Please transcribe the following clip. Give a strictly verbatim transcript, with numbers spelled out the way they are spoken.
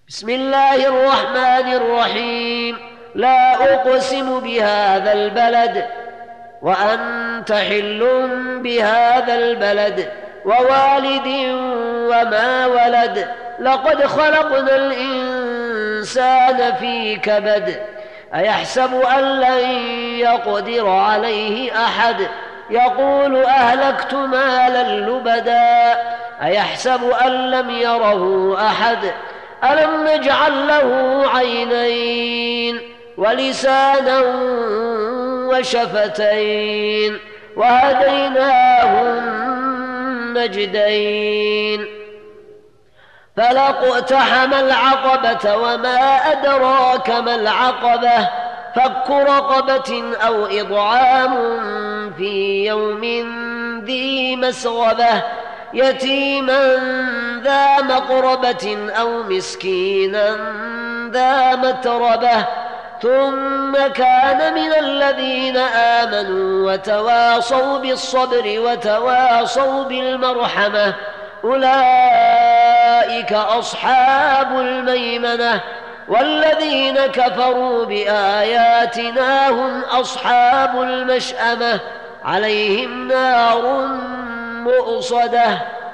بسم الله الرحمن الرحيم. لا أقسم بهذا البلد وأنت حل بهذا البلد ووالد وما ولد. لقد خلقنا الإنسان في كبد. أيحسب أن لن يقدر عليه أحد. يقول أهلكت مالا لبدا. أيحسب أن لم يره أحد. ألم نجعل له عينين ولسانا وشفتين وهديناه النجدين. فلا اقتحم العقبة وما أدراك ما العقبة. فك رقبة أو إطعام في يوم ذي مسغبة يتيما ذا مقربة أو مسكينا ذا متربة ثم كان من الذين آمنوا وتواصوا بالصبر وتواصوا بالمرحمة أولئك أصحاب الميمنة. والذين كفروا بآياتنا هم أصحاب المشأمة عليهم نار مؤصدة.